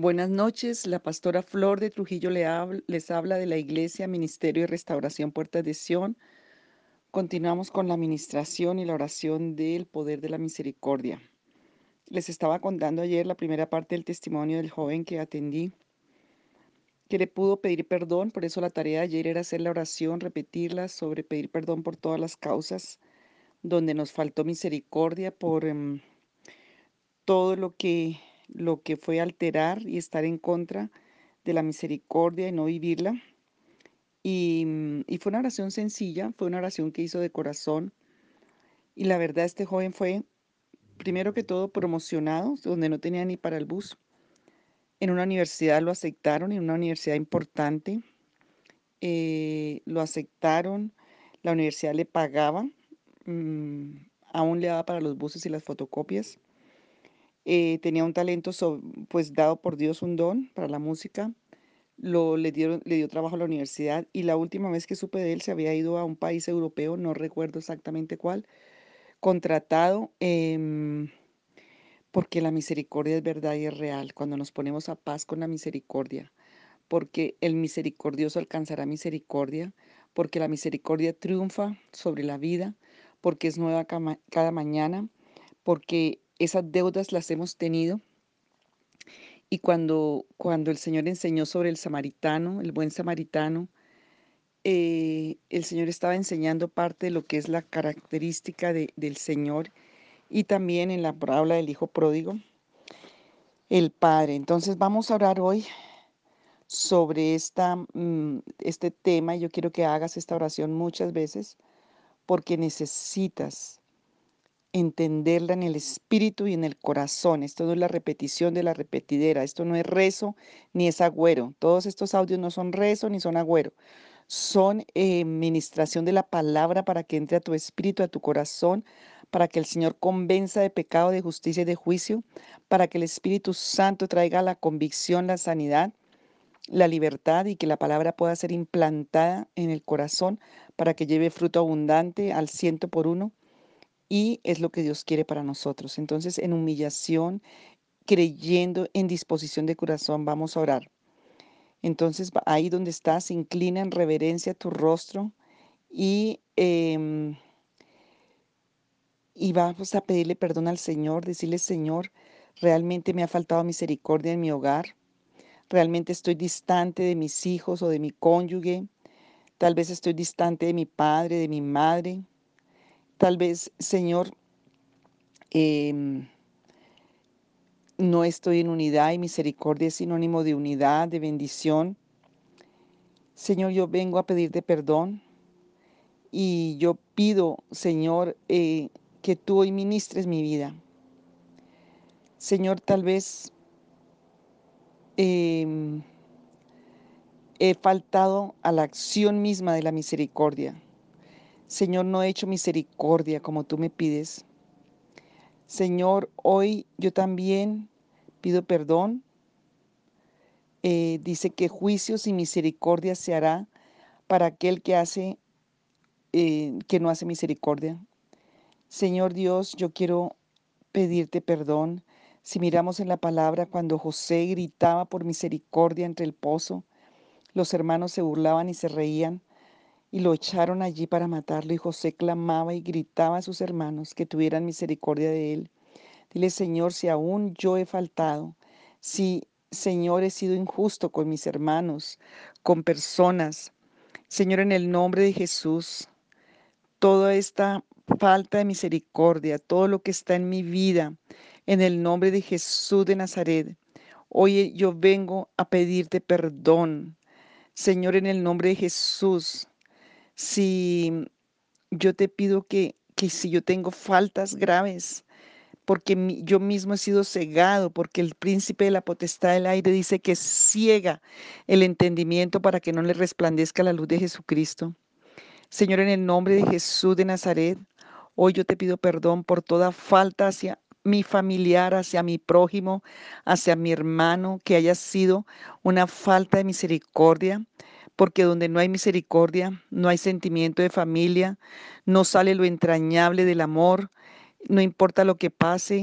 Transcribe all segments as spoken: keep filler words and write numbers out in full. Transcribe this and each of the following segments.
Buenas noches, la pastora Flor de Trujillo le habl- les habla de la Iglesia Ministerio y Restauración Puertas de Sión. Continuamos con la administración y la oración del poder de la misericordia. Les estaba contando ayer la primera parte del testimonio del joven que atendí, que le pudo pedir perdón, por eso la tarea de ayer era hacer la oración, repetirla sobre pedir perdón por todas las causas donde nos faltó misericordia, por em, todo lo que, lo que fue alterar y estar en contra de la misericordia y no vivirla. Y, mm, y fue una oración sencilla, fue una oración que hizo de corazón. Y la verdad, este joven fue, primero que todo, promocionado, donde no tenía ni para el bus. En una universidad lo aceptaron, en una universidad importante, eh, lo aceptaron, la universidad le pagaba, mm, aún le daba para los buses y las fotocopias. Eh, tenía un talento, so- pues dado por Dios, un don para la música. Lo, le dieron, le dio trabajo a la universidad y la última vez que supe de él se había ido a un país europeo, no recuerdo exactamente cuál, contratado, em, porque la misericordia es verdad y es real, cuando nos ponemos a paz con la misericordia, porque el misericordioso alcanzará misericordia, porque la misericordia triunfa sobre la vida, porque es nueva cama- cada mañana, porque esas deudas las hemos tenido. Y cuando, cuando el Señor enseñó sobre el samaritano, el buen samaritano, eh, el Señor estaba enseñando parte de lo que es la característica de- del Señor, y también en la parábola del Hijo Pródigo, el Padre. Entonces vamos a orar hoy sobre esta, mm, este tema. Yo quiero que hagas esta oración muchas veces porque necesitas entenderla en el espíritu y en el corazón. Esto no es la repetición de la repetidera, esto no es rezo ni es agüero. Todos estos audios no son rezo ni son agüero. Son eh, ministración de la palabra para que entre a tu espíritu, a tu corazón, para que el Señor convenza de pecado, de justicia y de juicio, para que el Espíritu Santo traiga la convicción, la sanidad, la libertad, y que la palabra pueda ser implantada en el corazón para que lleve fruto abundante al ciento por uno. Y es lo que Dios quiere para nosotros. Entonces, en humillación, creyendo, en disposición de corazón, vamos a orar. Entonces, va- ahí donde estás, inclina en reverencia tu rostro y, em, y vamos a pedirle perdón al Señor, decirle: Señor, realmente me ha faltado misericordia en mi hogar, realmente estoy distante de mis hijos o de mi cónyuge, tal vez estoy distante de mi padre, de mi madre, tal vez, Señor, em, no estoy en unidad, y misericordia es sinónimo de unidad, de bendición. Señor, yo vengo a pedirte perdón y yo pido, Señor, eh, que tú hoy ministres mi vida. Señor, tal vez em, he faltado a la acción misma de la misericordia. Señor, no he hecho misericordia como tú me pides. Señor, hoy yo también pido perdón. Eh, dice que juicios y misericordia se hará para aquel que hace, eh, que no hace misericordia. Señor Dios, yo quiero pedirte perdón. Si miramos en la palabra, cuando José gritaba por misericordia entre el pozo, los hermanos se burlaban y se reían y lo echaron allí para matarlo, y José clamaba y gritaba a sus hermanos que tuvieran misericordia de él. Dile: Señor, si aún yo he faltado, si, Señor, he sido injusto con mis hermanos, con personas, Señor, en el nombre de Jesús, toda esta falta de misericordia, todo lo que está en mi vida, en el nombre de Jesús de Nazaret, hoy yo vengo a pedirte perdón. Señor, en el nombre de Jesús, si yo te pido que, que si yo tengo faltas graves, porque mi- yo mismo he sido cegado, porque el príncipe de la potestad del aire dice que ciega el entendimiento para que no le resplandezca la luz de Jesucristo. Señor, en el nombre de Jesús de Nazaret, hoy yo te pido perdón por toda falta hacia mi familiar, hacia mi prójimo, hacia mi hermano, que haya sido una falta de misericordia, porque donde no hay misericordia, no hay sentimiento de familia, no sale lo entrañable del amor, no importa lo que pase.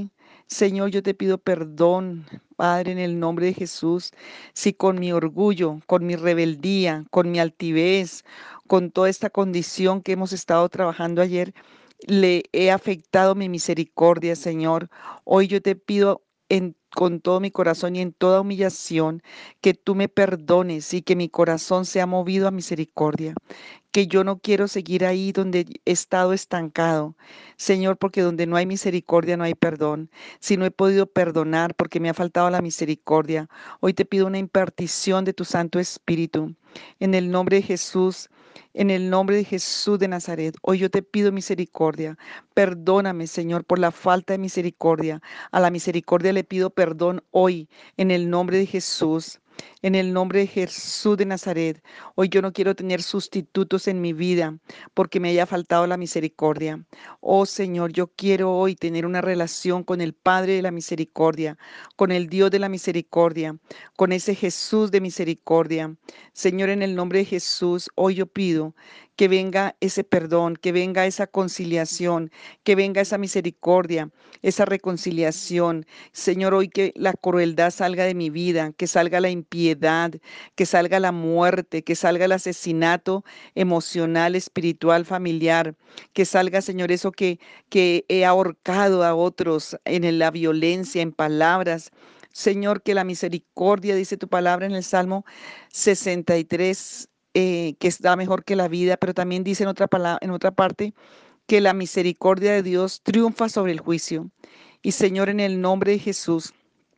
Señor, yo te pido perdón, Padre, en el nombre de Jesús, si con mi orgullo, con mi rebeldía, con mi altivez, con toda esta condición que hemos estado trabajando ayer, le he afectado mi misericordia, Señor. Hoy yo te pido en, con todo mi corazón y en toda humillación que tú me perdones y que mi corazón sea movido a misericordia, que yo no quiero seguir ahí donde he estado estancado, Señor, porque donde no hay misericordia no hay perdón. Si no he podido perdonar porque me ha faltado la misericordia, hoy te pido una impartición de tu Santo Espíritu. En el nombre de Jesús, en el nombre de Jesús de Nazaret, hoy yo te pido misericordia. Perdóname, Señor, por la falta de misericordia. A la misericordia le pido perdón hoy, en el nombre de Jesús. En el nombre de Jesús de Nazaret, hoy yo no quiero tener sustitutos en mi vida porque me haya faltado la misericordia. Oh Señor, yo quiero hoy tener una relación con el Padre de la misericordia, con el Dios de la misericordia, con ese Jesús de misericordia. Señor, en el nombre de Jesús, hoy yo pido que venga ese perdón, que venga esa conciliación, que venga esa misericordia, esa reconciliación. Señor, hoy que la crueldad salga de mi vida, que salga la impiedad, que salga la muerte, que salga el asesinato emocional, espiritual, familiar, que salga, Señor, eso que, que he ahorcado a otros en la violencia, en palabras. Señor, que la misericordia, dice tu palabra en el Salmo sesenta y tres, eh, que está mejor que la vida, pero también dice en otra palabra, en otra parte, que la misericordia de Dios triunfa sobre el juicio. Y Señor, en el nombre de Jesús,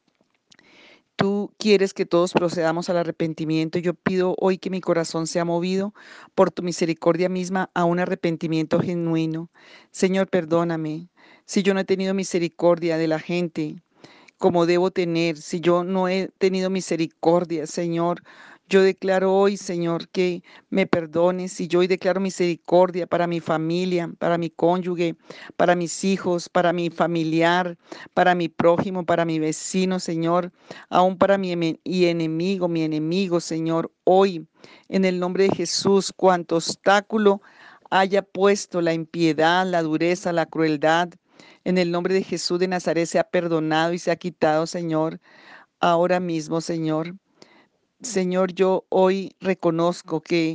tú quieres que todos procedamos al arrepentimiento. Yo pido hoy que mi corazón sea movido por tu misericordia misma a un arrepentimiento genuino. Señor, perdóname si yo no he tenido misericordia de la gente como debo tener, si yo no he tenido misericordia, Señor. Yo declaro hoy, Señor, que me perdones y yo hoy declaro misericordia para mi familia, para mi cónyuge, para mis hijos, para mi familiar, para mi prójimo, para mi vecino, Señor, aún para mi eme- y enemigo, mi enemigo, Señor. Hoy, en el nombre de Jesús, cuanto obstáculo haya puesto la impiedad, la dureza, la crueldad, en el nombre de Jesús de Nazaret se ha perdonado y se ha quitado, Señor, ahora mismo, Señor. Señor, yo hoy reconozco que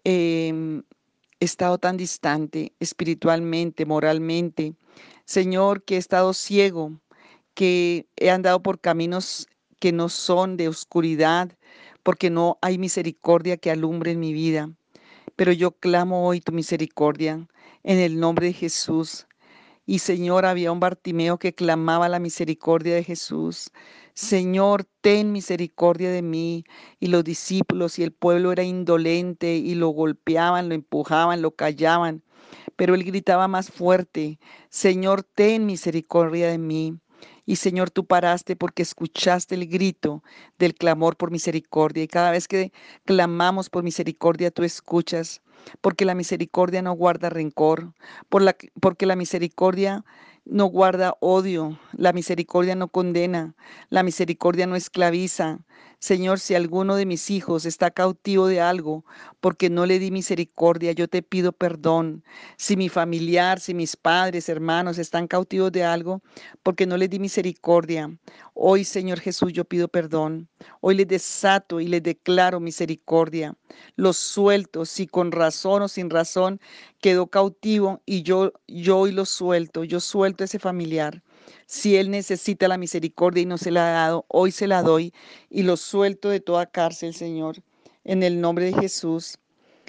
em, he estado tan distante espiritualmente, moralmente. Señor, que he estado ciego, que he andado por caminos que no son de oscuridad, porque no hay misericordia que alumbre en mi vida. Pero yo clamo hoy tu misericordia en el nombre de Jesús. Y Señor, había un Bartimeo que clamaba la misericordia de Jesús. Señor, ten misericordia de mí. Y los discípulos y el pueblo era indolente y lo golpeaban, lo empujaban, lo callaban. Pero él gritaba más fuerte, Señor, ten misericordia de mí. Y Señor, tú paraste porque escuchaste el grito del clamor por misericordia. Y cada vez que clamamos por misericordia, tú escuchas, porque la misericordia no guarda rencor, por la, porque la misericordia no guarda odio, la misericordia no condena, la misericordia no esclaviza. Señor, si alguno de mis hijos está cautivo de algo porque no le di misericordia, yo te pido perdón. Si mi familiar, si mis padres, hermanos están cautivos de algo porque no les di misericordia, hoy, Señor Jesús, yo pido perdón. Hoy les desato y les declaro misericordia. Los suelto, si con razón o sin razón quedó cautivo y yo, yo hoy lo suelto, yo suelto a ese familiar. Si él necesita la misericordia y no se la ha dado, hoy se la doy y lo suelto de toda cárcel, Señor, en el nombre de Jesús.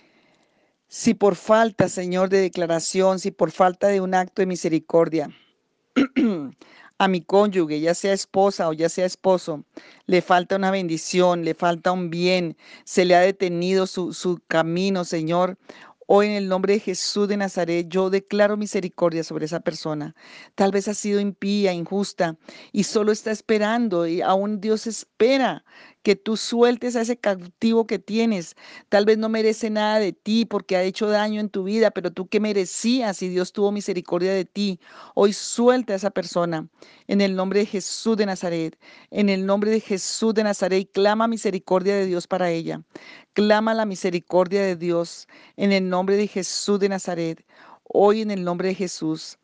Si por falta, Señor, de declaración, si por falta de un acto de misericordia, a mi cónyuge, ya sea esposa o ya sea esposo, le falta una bendición, le falta un bien, se le ha detenido su, su camino, Señor. Hoy en el nombre de Jesús de Nazaret, yo declaro misericordia sobre esa persona. Tal vez ha sido impía, injusta y solo está esperando y aún Dios espera que tú sueltes a ese cautivo que tienes. Tal vez no merece nada de ti porque ha hecho daño en tu vida, pero tú qué merecías y Dios tuvo misericordia de ti. Hoy suelta a esa persona en el nombre de Jesús de Nazaret, en el nombre de Jesús de Nazaret y clama misericordia de Dios para ella. Clama la misericordia de Dios en el nombre de Jesús de Nazaret. Hoy en el nombre de Jesús.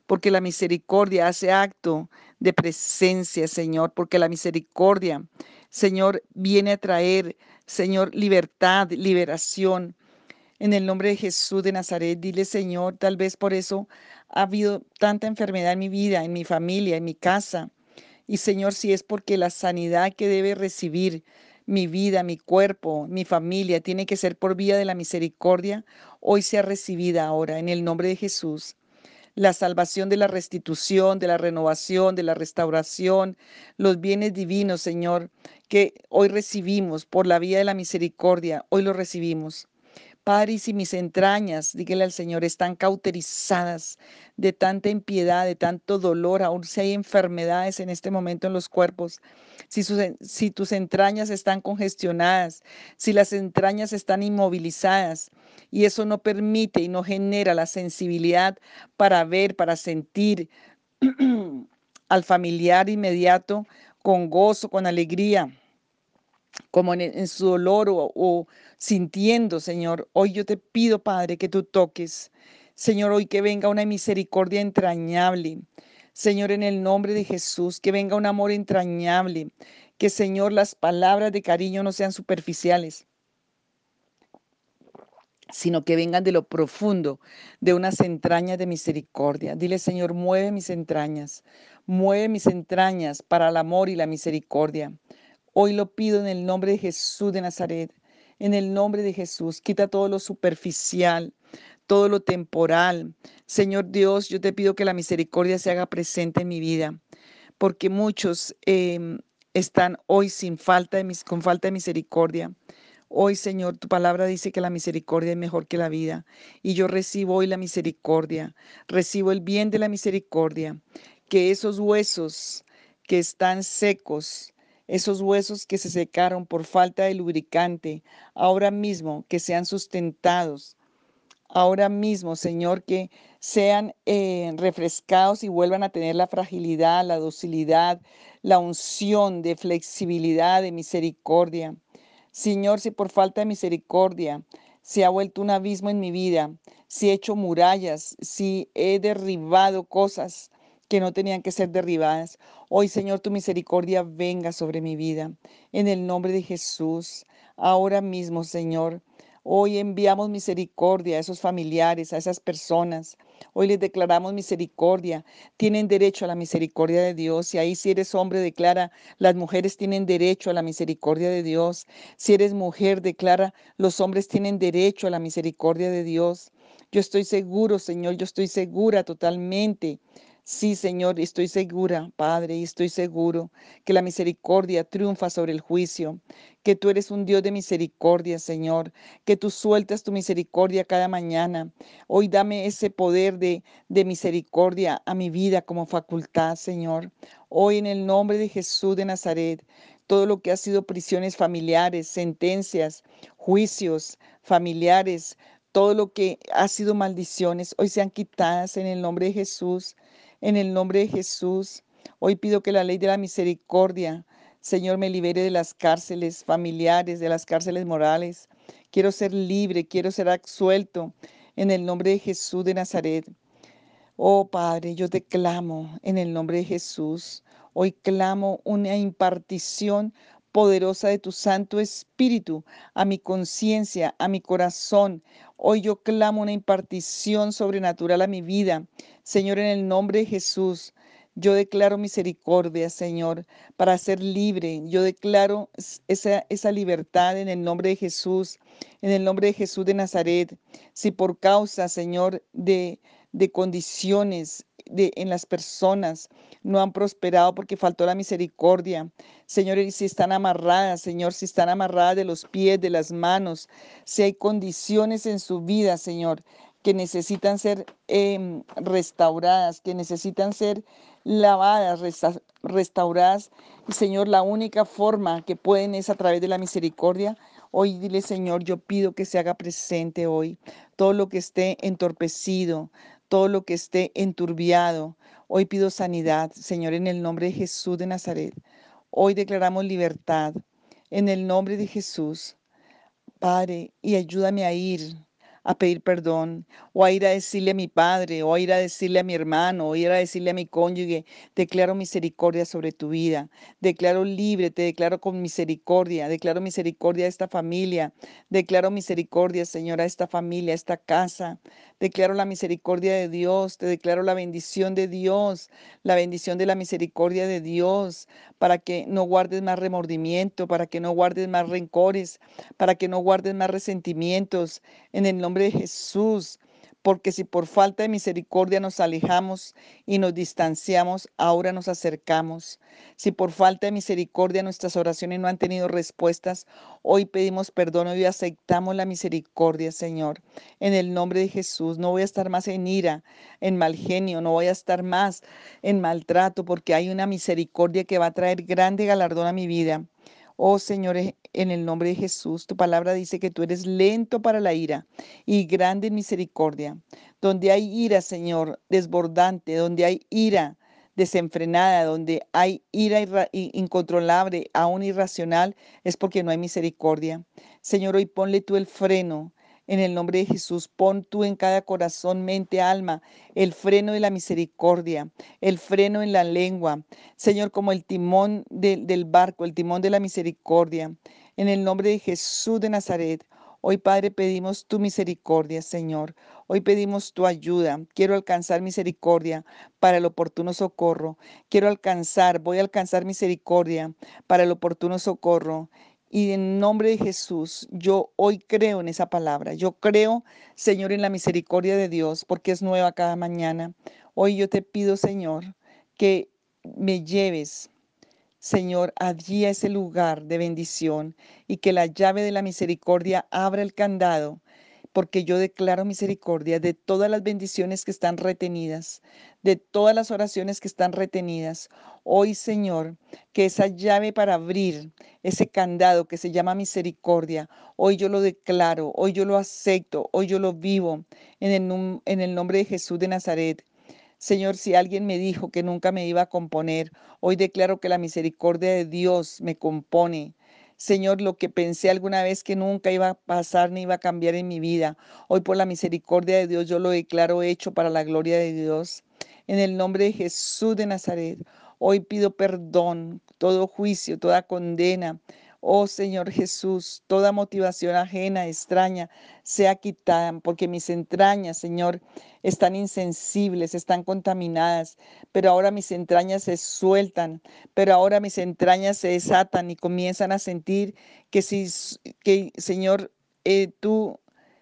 porque la misericordia hace acto de presencia, Señor, porque la misericordia, Señor, viene a traer, Señor, libertad, liberación. En el nombre de Jesús de Nazaret, dile, Señor, tal vez por eso ha habido tanta enfermedad en mi vida, en mi familia, en mi casa. Y Señor, si es porque la sanidad que debe recibir mi vida, mi cuerpo, mi familia, tiene que ser por vía de la misericordia, hoy sea recibida ahora en el nombre de Jesús. La salvación de la restitución, de la renovación, de la restauración, los bienes divinos, Señor, que hoy recibimos por la vía de la misericordia, hoy los recibimos. Padre, y si mis entrañas, dígale al Señor, están cauterizadas de tanta impiedad, de tanto dolor, aún si hay enfermedades en este momento en los cuerpos, si, sus en- si tus entrañas están congestionadas, si las entrañas están inmovilizadas y eso no permite y no genera la sensibilidad para ver, para sentir al familiar inmediato con gozo, con alegría como en, en su dolor o, o sintiendo, Señor. Hoy yo te pido, Padre, que tú toques. Señor, hoy que venga una misericordia entrañable. Señor, en el nombre de Jesús, que venga un amor entrañable. Que, Señor, las palabras de cariño no sean superficiales, sino que vengan de lo profundo, de unas entrañas de misericordia. Dile, Señor, mueve mis entrañas, mueve mis entrañas para el amor y la misericordia. Hoy lo pido en el nombre de Jesús de Nazaret, en el nombre de Jesús. Quita todo lo superficial, todo lo temporal. Señor Dios, yo te pido que la misericordia se haga presente en mi vida, porque muchos em, están hoy sin falta de mis, con falta de misericordia. Hoy, Señor, tu palabra dice que la misericordia es mejor que la vida. Y yo recibo hoy la misericordia, recibo el bien de la misericordia, que esos huesos que están secos, esos huesos que se secaron por falta de lubricante, ahora mismo que sean sustentados, ahora mismo, Señor, que sean eh, refrescados y vuelvan a tener la fragilidad, la docilidad, la unción de flexibilidad, de misericordia. Señor, si por falta de misericordia se ha vuelto un abismo en mi vida, si he hecho murallas, si he derribado cosas que no tenían que ser derribadas, hoy, Señor, tu misericordia venga sobre mi vida. En el nombre de Jesús, ahora mismo, Señor. Hoy enviamos misericordia a esos familiares, a esas personas. Hoy les declaramos misericordia. Tienen derecho a la misericordia de Dios. Y ahí si eres hombre, declara, las mujeres tienen derecho a la misericordia de Dios. Si eres mujer, declara, los hombres tienen derecho a la misericordia de Dios. Yo estoy seguro, Señor, yo estoy segura totalmente. Sí, Señor, estoy segura, Padre, y estoy seguro que la misericordia triunfa sobre el juicio, que tú eres un Dios de misericordia, Señor, que tú sueltas tu misericordia cada mañana. Hoy dame ese poder de, de misericordia a mi vida como facultad, Señor. Hoy en el nombre de Jesús de Nazaret, todo lo que ha sido prisiones familiares, sentencias, juicios familiares, todo lo que ha sido maldiciones, hoy sean quitadas en el nombre de Jesús, en el nombre de Jesús. Hoy pido que la ley de la misericordia, Señor, me libere de las cárceles familiares, de las cárceles morales. Quiero ser libre, quiero ser absuelto en el nombre de Jesús de Nazaret. Oh Padre, yo te clamo en el nombre de Jesús. Hoy clamo una impartición poderosa de tu Santo Espíritu a mi conciencia, a mi corazón. Hoy yo clamo una impartición sobrenatural a mi vida. Señor, en el nombre de Jesús. Yo declaro misericordia, Señor, para ser libre. Yo declaro esa, esa libertad en el nombre de Jesús, en el nombre de Jesús de Nazaret. Si por causa, Señor, de de condiciones de, en las personas no han prosperado porque faltó la misericordia. Señor, y si están amarradas, Señor, si están amarradas de los pies, de las manos, si hay condiciones en su vida, Señor, que necesitan ser eh, restauradas, que necesitan ser lavadas, resta restauradas. Y Señor, la única forma que pueden es a través de la misericordia. Hoy dile, Señor, yo pido que se haga presente hoy todo lo que esté entorpecido, todo lo que esté enturbiado. Hoy pido sanidad, Señor, en el nombre de Jesús de Nazaret. Hoy declaramos libertad en el nombre de Jesús. Padre, y ayúdame a ir, a pedir perdón, o a ir a decirle a mi padre, o a ir a decirle a mi hermano, o ir a decirle a mi cónyuge, declaro misericordia sobre tu vida, declaro libre, te declaro con misericordia, declaro misericordia a esta familia, declaro misericordia, Señor, a esta familia, a esta casa, declaro la misericordia de Dios, te declaro la bendición de Dios, la bendición de la misericordia de Dios, para que no guardes más remordimiento, para que no guardes más rencores, para que no guardes más resentimientos, en el nombre de Jesús. Porque si por falta de misericordia nos alejamos y nos distanciamos, ahora nos acercamos. Si por falta de misericordia nuestras oraciones no han tenido respuestas, hoy pedimos perdón, hoy aceptamos la misericordia, Señor. En el nombre de Jesús, no voy a estar más en ira, en mal genio, no voy a estar más en maltrato, porque hay una misericordia que va a traer grande galardón a mi vida. Oh Señor, e- en el nombre de Jesús, tu palabra dice que tú eres lento para la ira y grande en misericordia. Donde hay ira, Señor, desbordante, donde hay ira desenfrenada, donde hay ira irra- i- incontrolable, aún irracional, es porque no hay misericordia. Señor, hoy ponle tú el freno. En el nombre de Jesús, pon tú en cada corazón, mente, alma, el freno de la misericordia, el freno en la lengua. Señor, como el timón de- del barco, el timón de la misericordia. En el nombre de Jesús de Nazaret. Hoy, Padre, pedimos tu misericordia, Señor. Hoy pedimos tu ayuda. Quiero alcanzar misericordia para el oportuno socorro. Quiero alcanzar, voy a alcanzar misericordia para el oportuno socorro. Y en nombre de Jesús, yo hoy creo en esa palabra. Yo creo, Señor, en la misericordia de Dios, porque es nueva cada mañana. Hoy yo te pido, Señor, que me lleves, Señor, allí a ese lugar de bendición y que la llave de la misericordia abra el candado, porque yo declaro misericordia de todas las bendiciones que están retenidas, de todas las oraciones que están retenidas. Hoy, Señor, que esa llave para abrir ese candado que se llama misericordia, hoy yo lo declaro, hoy yo lo acepto, hoy yo lo vivo en el, num- en el nombre de Jesús de Nazaret. Señor, si alguien me dijo que nunca me iba a componer, hoy declaro que la misericordia de Dios me compone. Señor, lo que pensé alguna vez que nunca iba a pasar ni iba a cambiar en mi vida, hoy por la misericordia de Dios yo lo declaro hecho para la gloria de Dios. En el nombre de Jesús de Nazaret, hoy pido perdón, todo juicio, toda condena. Oh Señor Jesús, toda motivación ajena, extraña, sea quitada, porque mis entrañas, Señor, están insensibles, están contaminadas, pero ahora mis entrañas se sueltan, pero ahora mis entrañas se desatan y comienzan a sentir que si, que Señor, eh, tú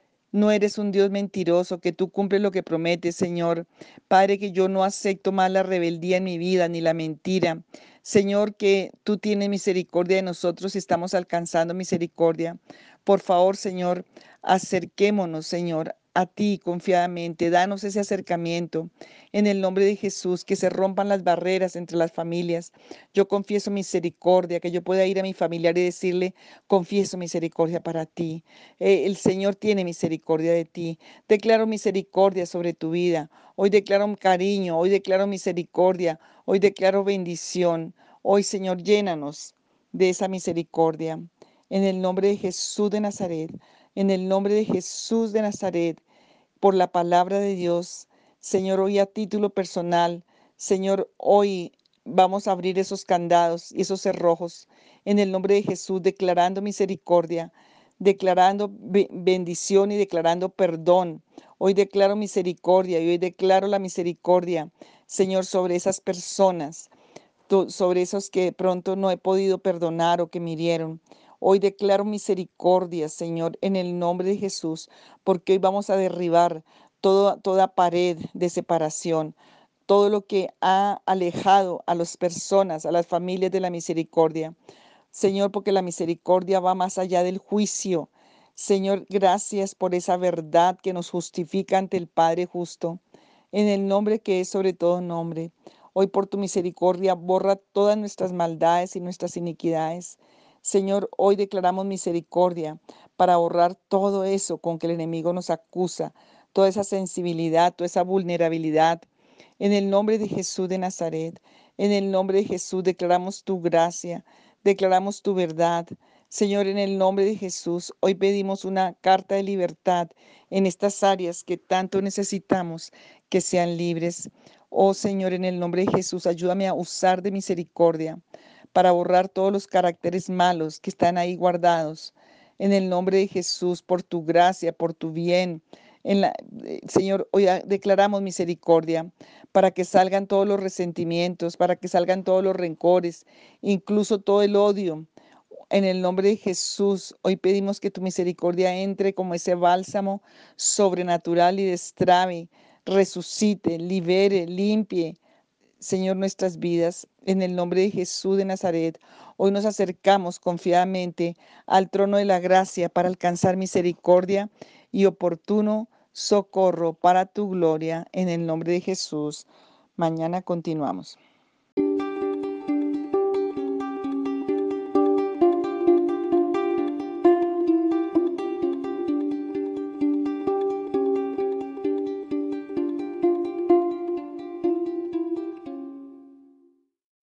no eres un Dios mentiroso, que tú cumples lo que prometes, Señor. Padre, que yo no acepto más la rebeldía en mi vida ni la mentira. Señor, que tú tienes misericordia de nosotros y estamos alcanzando misericordia. Por favor, Señor, acerquémonos, Señor, a ti confiadamente. Danos ese acercamiento. En el nombre de Jesús, que se rompan las barreras entre las familias. Yo confieso misericordia, que yo pueda ir a mi familiar y decirle, confieso misericordia para ti. Eh, el Señor tiene misericordia de ti. Declaro misericordia sobre tu vida. Hoy declaro cariño, hoy declaro misericordia, hoy declaro bendición. Hoy, Señor, llénanos de esa misericordia. En el nombre de Jesús de Nazaret, en el nombre de Jesús de Nazaret, por la palabra de Dios. Señor, hoy a título personal, Señor, hoy vamos a abrir esos candados y esos cerrojos en el nombre de Jesús, declarando misericordia, declarando be- bendición y declarando perdón. Hoy declaro misericordia y hoy declaro la misericordia, Señor, sobre esas personas, to- sobre esos que de pronto no he podido perdonar o que me hirieron. Hoy declaro misericordia, Señor, en el nombre de Jesús, porque hoy vamos a derribar toda, toda pared de separación, todo lo que ha alejado a las personas, a las familias de la misericordia. Señor, porque la misericordia va más allá del juicio. Señor, gracias por esa verdad que nos justifica ante el Padre justo, en el nombre que es sobre todo nombre. Hoy por tu misericordia borra todas nuestras maldades y nuestras iniquidades. Señor, hoy declaramos misericordia para borrar todo eso con que el enemigo nos acusa, toda esa sensibilidad, toda esa vulnerabilidad. En el nombre de Jesús de Nazaret, en el nombre de Jesús declaramos tu gracia, declaramos tu verdad. Señor, en el nombre de Jesús, hoy pedimos una carta de libertad en estas áreas que tanto necesitamos que sean libres. Oh Señor, en el nombre de Jesús, ayúdame a usar de misericordia para borrar todos los caracteres malos que están ahí guardados. En el nombre de Jesús, por tu gracia, por tu bien. En la, eh, Señor, hoy ah, declaramos misericordia para que salgan todos los resentimientos, para que salgan todos los rencores, incluso todo el odio. En el nombre de Jesús, hoy pedimos que tu misericordia entre como ese bálsamo sobrenatural y destrabe, resucite, libere, limpie, Señor, nuestras vidas. En el nombre de Jesús de Nazaret, hoy nos acercamos confiadamente al trono de la gracia para alcanzar misericordia y oportuno socorro para tu gloria. En el nombre de Jesús. Mañana continuamos.